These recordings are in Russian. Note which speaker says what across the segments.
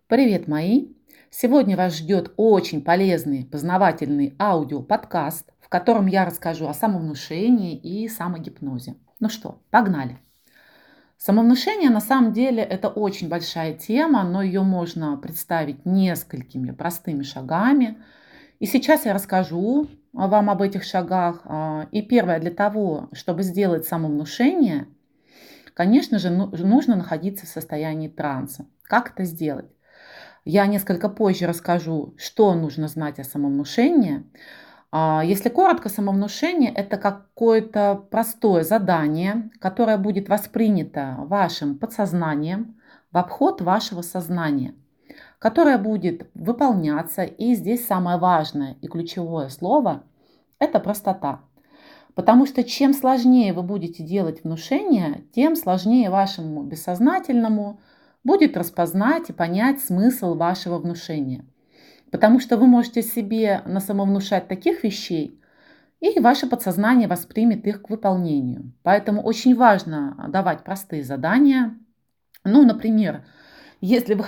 Speaker 1: Привет, мои! Сегодня вас ждет очень полезный, познавательный аудиоподкаст, в котором я расскажу о самовнушении и самогипнозе. Ну что, погнали! Самовнушение на самом деле это очень большая тема, но ее можно представить несколькими простыми шагами. И сейчас я расскажу вам об этих шагах. И первое, для того, чтобы сделать самовнушение, конечно же, нужно находиться в состоянии транса. Как это сделать? Я несколько позже расскажу, что нужно знать о самовнушении. Если коротко, самовнушение– это какое-то простое задание, которое будет воспринято вашим подсознанием в обход вашего сознания, которое будет выполняться. И здесь самое важное и ключевое слово– это простота. Потому что чем сложнее вы будете делать внушение, тем сложнее вашему бессознательному будет распознать и понять смысл вашего внушения. Потому что вы можете себе насамовнушать таких вещей, и ваше подсознание воспримет их к выполнению. Поэтому очень важно давать простые задания. Ну, например, если вы,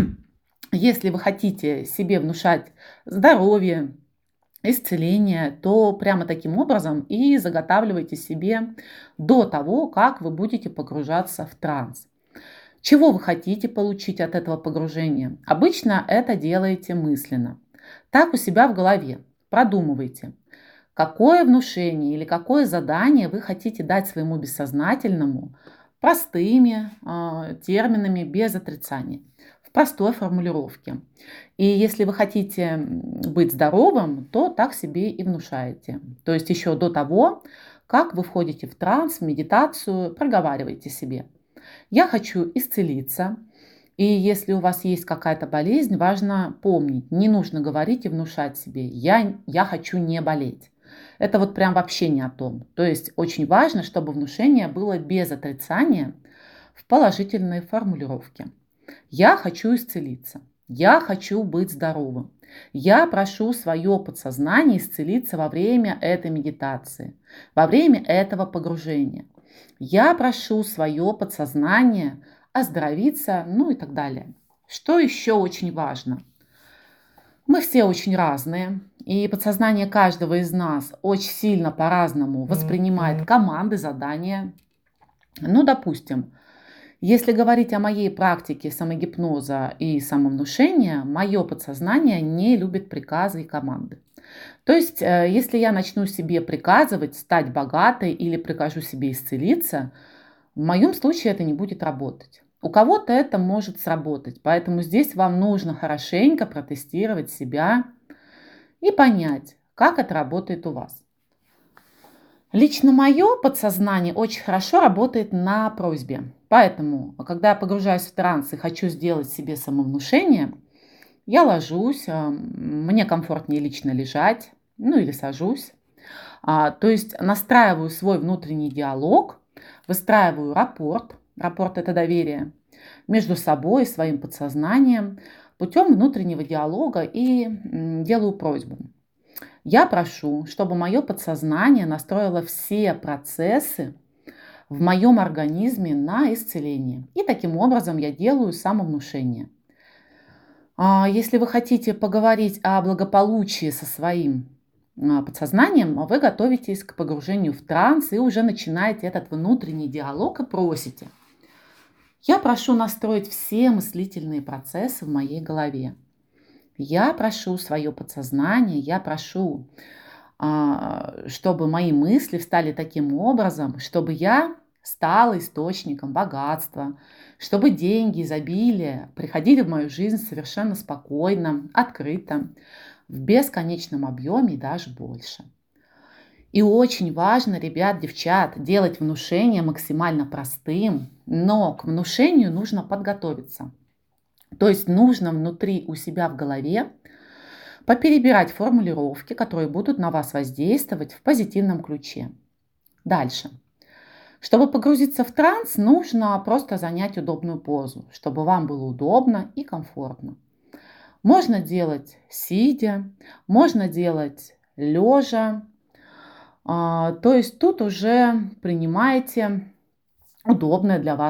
Speaker 1: если вы хотите себе внушать здоровье, исцеление, то прямо таким образом и заготавливайте себе до того, как вы будете погружаться в транс. Чего вы хотите получить от этого погружения? Обычно это делаете мысленно. Так у себя в голове. Продумывайте, какое внушение или какое задание вы хотите дать своему бессознательному простыми терминами, без отрицания, в простой формулировке. И если вы хотите быть здоровым, то так себе и внушаете. То есть еще до того, как вы входите в транс, в медитацию, проговаривайте себе. Я хочу исцелиться. И если у вас есть какая-то болезнь, важно помнить, не нужно говорить и внушать себе «я хочу не болеть». Это вот прям вообще не о том. То есть очень важно, чтобы внушение было без отрицания в положительной формулировке. Я хочу исцелиться. Я хочу быть здоровым. Я прошу свое подсознание исцелиться во время этой медитации, во время этого погружения. Я прошу свое подсознание оздоровиться, ну и так далее. Что еще очень важно? Мы все очень разные, и подсознание каждого из нас очень сильно по-разному воспринимает команды, задания. Ну, допустим, если говорить о моей практике самогипноза и самовнушения, мое подсознание не любит приказы и команды. То есть, если я начну себе приказывать стать богатой или прикажу себе исцелиться, в моем случае это не будет работать. У кого-то это может сработать, поэтому здесь вам нужно хорошенько протестировать себя и понять, как это работает у вас. Лично мое подсознание очень хорошо работает на просьбе. Поэтому, когда я погружаюсь в транс и хочу сделать себе самовнушение, я ложусь, мне комфортнее лично лежать, ну или сажусь. То есть настраиваю свой внутренний диалог, выстраиваю рапорт. Рапорт– это доверие между собой и своим подсознанием путем внутреннего диалога и делаю просьбу. Я прошу, чтобы мое подсознание настроило все процессы в моем организме на исцеление. И таким образом я делаю самовнушение. Если вы хотите поговорить о благополучии со своим подсознанием, вы готовитесь к погружению в транс и уже начинаете этот внутренний диалог и просите. Я прошу настроить все мыслительные процессы в моей голове. Я прошу свое подсознание, я прошу, чтобы мои мысли стали таким образом, чтобы я стала источником богатства, чтобы деньги, изобилие приходили в мою жизнь совершенно спокойно, открыто, в бесконечном объеме и даже больше. И очень важно, ребят, девчат, делать внушение максимально простым, но к внушению нужно подготовиться. То есть нужно внутри у себя в голове поперебирать формулировки, которые будут на вас воздействовать в позитивном ключе. Дальше. Чтобы погрузиться в транс, нужно просто занять удобную позу, чтобы вам было удобно и комфортно. Можно делать сидя, можно делать лежа. То есть тут уже принимаете удобное для вас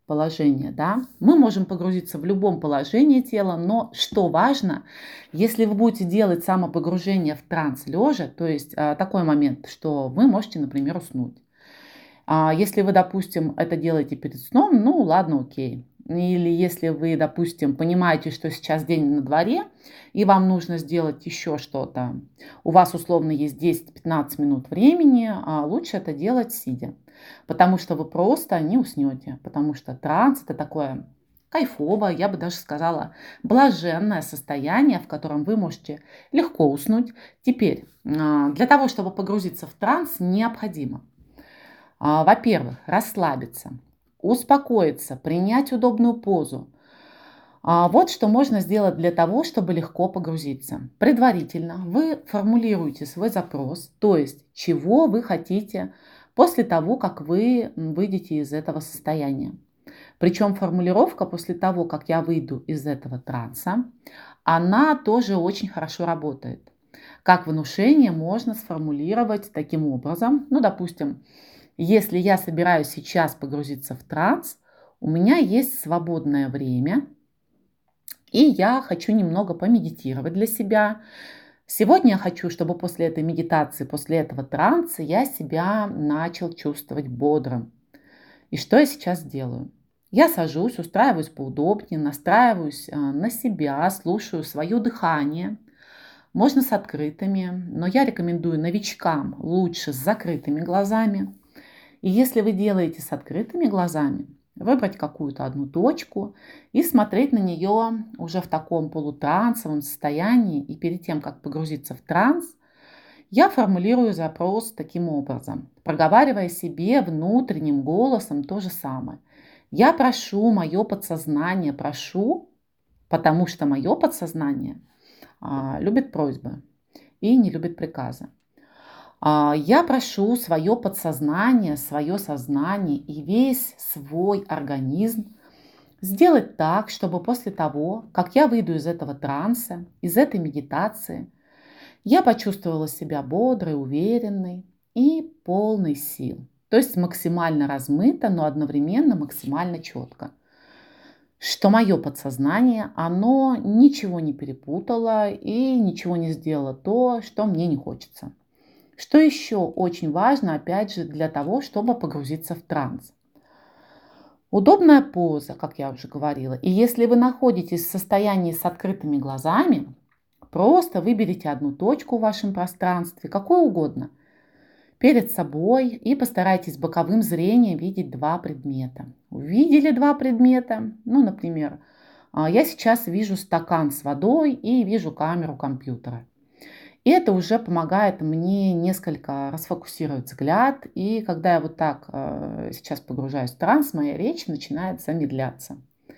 Speaker 1: положение, да. Мы можем погрузиться в любом положении тела, но что важно, если вы будете делать самопогружение в транс лежа, то есть такой момент, что вы можете, например, уснуть. Если вы, допустим, это делаете перед сном, ну ладно, окей. Или если вы, допустим, понимаете, что сейчас день на дворе, и вам нужно сделать еще что-то, у вас условно есть 10-15 минут времени, лучше это делать сидя. Потому что вы просто не уснете. Потому что транс это такое кайфовое, я бы даже сказала, блаженное состояние, в котором вы можете легко уснуть. Теперь, для того, чтобы погрузиться в транс, необходимо во-первых, расслабиться, успокоиться, принять удобную позу. Вот что можно сделать для того, чтобы легко погрузиться. Предварительно вы формулируете свой запрос, то есть чего вы хотите после того, как вы выйдете из этого состояния. Причем формулировка после того, как я выйду из этого транса, она тоже очень хорошо работает. Как внушение можно сформулировать таким образом. Ну, допустим, если я собираюсь сейчас погрузиться в транс, у меня есть свободное время, и я хочу немного помедитировать для себя. Сегодня я хочу, чтобы после этой медитации, после этого транса я себя начал чувствовать бодрым. И что я сейчас делаю? Я сажусь, устраиваюсь поудобнее, настраиваюсь на себя, слушаю свое дыхание. Можно с открытыми, но я рекомендую новичкам лучше с закрытыми глазами. И если вы делаете с открытыми глазами, выбрать какую-то одну точку и смотреть на нее уже в таком полутрансовом состоянии. И перед тем, как погрузиться в транс, я формулирую запрос таким образом, проговаривая себе внутренним голосом то же самое. Я прошу мое подсознание, прошу, потому что мое подсознание любит просьбы и не любит приказы. Я прошу свое подсознание, свое сознание и весь свой организм сделать так, чтобы после того, как я выйду из этого транса, из этой медитации, я почувствовала себя бодрой, уверенной и полной сил. То есть максимально размыто, но одновременно максимально четко. Что мое подсознание, оно ничего не перепутало и ничего не сделало то, что мне не хочется. Что еще очень важно, опять же, для того, чтобы погрузиться в транс? Удобная поза, как я уже говорила. И если вы находитесь в состоянии с открытыми глазами, просто выберите одну точку в вашем пространстве, какую угодно, перед собой и постарайтесь боковым зрением видеть два предмета. Увидели два предмета? Ну, например, я сейчас вижу стакан с водой и вижу камеру компьютера. И это уже помогает мне несколько расфокусировать взгляд. И когда я вот так сейчас погружаюсь в транс, моя речь начинает замедляться.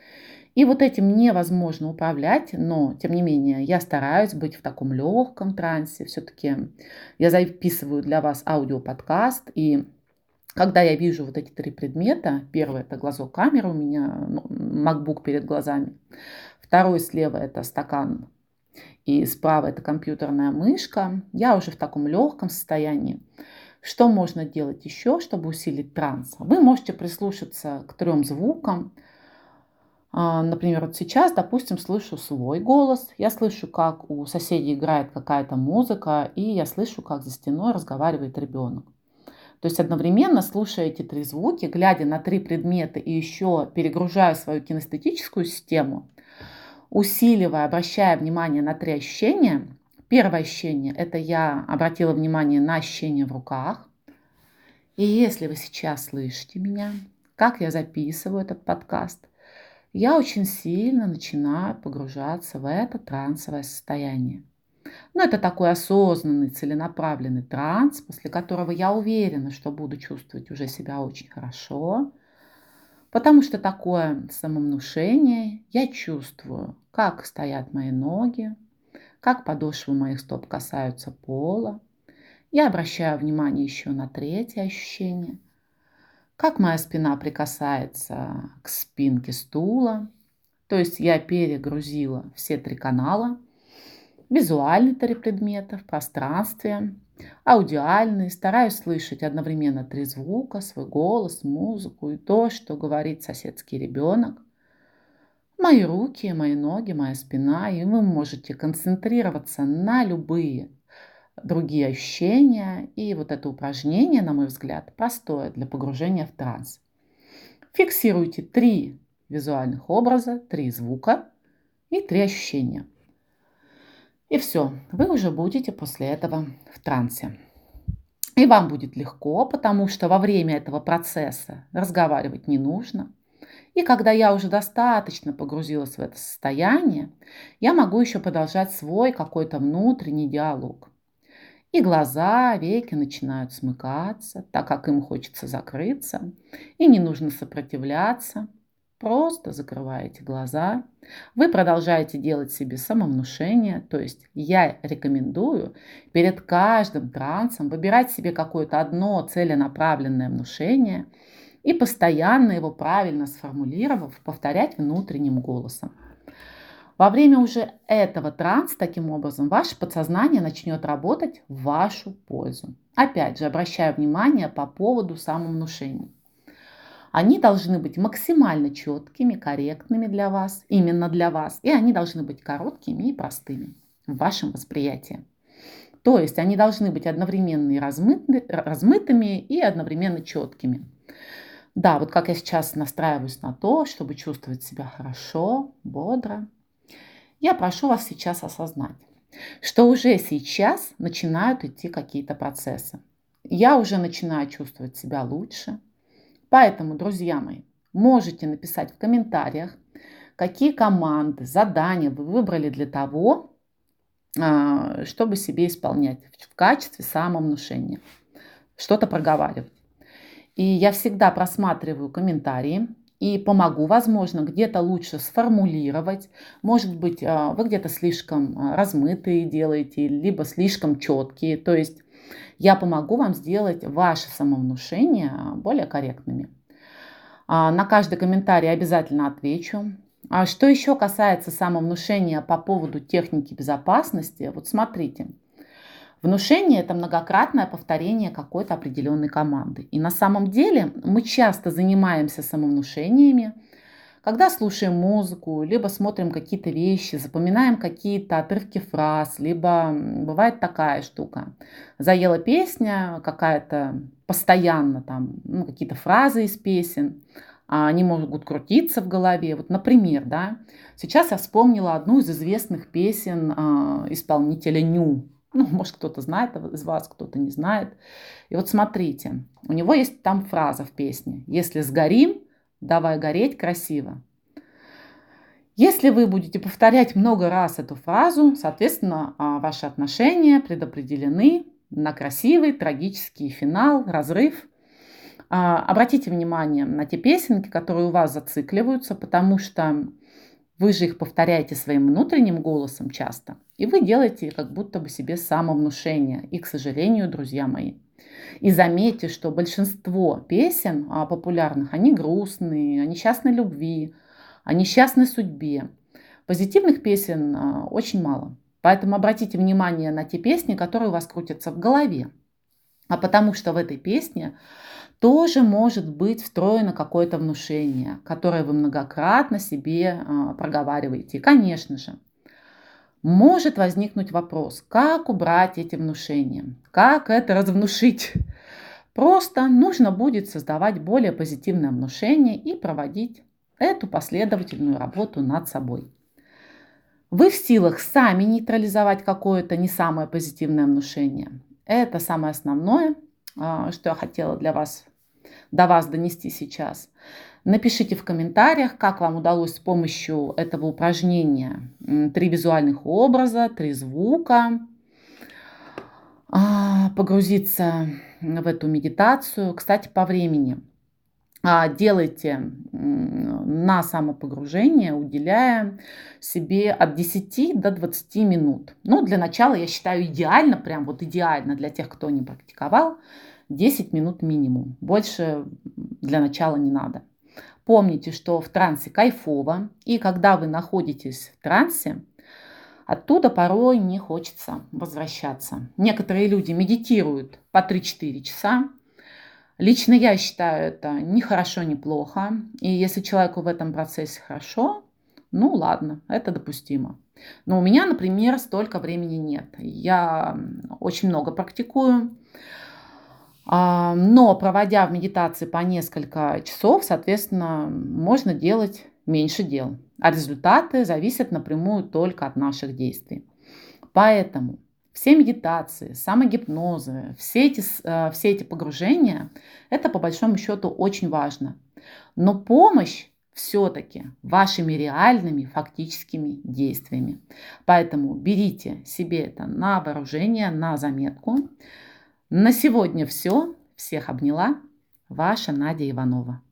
Speaker 1: И вот этим невозможно управлять, но тем не менее я стараюсь быть в таком легком трансе. Все-таки я записываю для вас аудиоподкаст, и когда я вижу вот эти три предмета, первый это глазок камеры, у меня MacBook перед глазами, второй слева это стакан, и справа это компьютерная мышка, я уже в таком легком состоянии. Что можно делать еще, чтобы усилить транс? Вы можете прислушаться к трем звукам. Например, вот сейчас, допустим, слышу свой голос, я слышу, как у соседей играет какая-то музыка, и я слышу, как за стеной разговаривает ребенок. То есть одновременно, слушая эти три звуки, глядя на три предмета и еще перегружая свою кинестетическую систему, усиливая, обращая внимание на три ощущения. Первое ощущение – это я обратила внимание на ощущение в руках. И если вы сейчас слышите меня, как я записываю этот подкаст, я очень сильно начинаю погружаться в это трансовое состояние. Но это такой осознанный, целенаправленный транс, после которого я уверена, что буду чувствовать уже себя очень хорошо, потому что такое самовнушение, я чувствую, как стоят мои ноги, как подошвы моих стоп касаются пола. Я обращаю внимание еще на третье ощущение, как моя спина прикасается к спинке стула. То есть я перегрузила все три канала, визуальные три предмета в пространстве. аудиальные, стараюсь слышать одновременно три звука, свой голос, музыку и то, что говорит соседский ребенок. Мои руки, мои ноги, моя спина, и вы можете концентрироваться на любые другие ощущения. И вот это упражнение, на мой взгляд, простое для погружения в транс. Фиксируйте три визуальных образа, три звука и три ощущения. И все, вы уже будете после этого в трансе. И вам будет легко, потому что во время этого процесса разговаривать не нужно. И когда я уже достаточно погрузилась в это состояние, я могу еще продолжать свой какой-то внутренний диалог. И глаза, веки начинают смыкаться, так как им хочется закрыться, и не нужно сопротивляться. Просто закрываете глаза. Вы продолжаете делать себе самовнушение, то есть я рекомендую перед каждым трансом выбирать себе какое-то одно целенаправленное внушение и постоянно его правильно сформулировав, повторять внутренним голосом. Во время уже этого транса, таким образом, ваше подсознание начнет работать в вашу пользу. Опять же, обращаю внимание по поводу самовнушений. Они должны быть максимально четкими, корректными для вас, именно для вас, и они должны быть короткими и простыми в вашем восприятии. То есть они должны быть одновременно и размытыми и одновременно четкими. Да, вот как я сейчас настраиваюсь на то, чтобы чувствовать себя хорошо, бодро, я прошу вас сейчас осознать, что уже сейчас начинают идти какие-то процессы. Я уже начинаю чувствовать себя лучше. Поэтому, друзья мои, можете написать в комментариях, какие команды, задания вы выбрали для того, чтобы себе исполнять в качестве самовнушения, что-то проговаривать. И я всегда просматриваю комментарии и помогу, возможно, где-то лучше сформулировать. Может быть, вы где-то слишком размытые делаете, либо слишком четкие. То есть я помогу вам сделать ваши самовнушения более корректными. На каждый комментарий обязательно отвечу. А что еще касается самовнушения по поводу техники безопасности, вот смотрите. Внушение – это многократное повторение какой-то определенной команды. И на самом деле мы часто занимаемся самовнушениями, когда слушаем музыку, либо смотрим какие-то вещи, запоминаем какие-то отрывки фраз, либо бывает такая штука. Заела песня какая-то постоянно, там, какие-то фразы из песен, они могут крутиться в голове. Вот, например, да, сейчас я вспомнила одну из известных песен исполнителя Ню. Может, кто-то знает из вас, кто-то не знает. И вот смотрите, у него есть там фраза в песне: «Если сгорим, давай гореть красиво». Если вы будете повторять много раз эту фразу, соответственно, ваши отношения предопределены на красивый трагический финал, разрыв. Обратите внимание на те песенки, которые у вас зацикливаются, потому что вы же их повторяете своим внутренним голосом часто, и вы делаете как будто бы себе самовнушение. И, к сожалению, друзья мои, и заметьте, что большинство песен популярных, они грустные, о несчастной любви, о несчастной судьбе. Позитивных песен очень мало. Поэтому обратите внимание на те песни, которые у вас крутятся в голове. А потому что в этой песне тоже может быть встроено какое-то внушение, которое вы многократно себе проговариваете. И, конечно же, может возникнуть вопрос, как убрать эти внушения, как это развнушить. Просто нужно будет создавать более позитивное внушение и проводить эту последовательную работу над собой. Вы в силах сами нейтрализовать какое-то не самое позитивное внушение. Это самое основное, что я хотела до вас донести сейчас. Напишите в комментариях, как вам удалось с помощью этого упражнения 3 визуальных образа, 3 звука погрузиться в эту медитацию. Кстати, по времени. Делайте на самопогружение, уделяя себе от 10 до 20 минут. Для начала я считаю идеально, прям вот идеально для тех, кто не практиковал, 10 минут минимум. Больше для начала не надо. Помните, что в трансе кайфово, и когда вы находитесь в трансе, Оттуда порой не хочется возвращаться. Некоторые люди медитируют по 3-4 часа. Лично я считаю это ни хорошо, ни плохо. И если человеку в этом процессе хорошо, ну ладно, это допустимо. Но у меня, например, столько времени нет. Я очень много практикую, но проводя в медитации по несколько часов, соответственно, можно делать меньше дел. А результаты зависят напрямую только от наших действий. Поэтому все медитации, самогипнозы, все эти погружения, это по большому счету очень важно. Но помощь все-таки вашими реальными фактическими действиями. Поэтому берите себе это на вооружение, на заметку. На сегодня все. Всех обняла. Ваша Надя Иванова.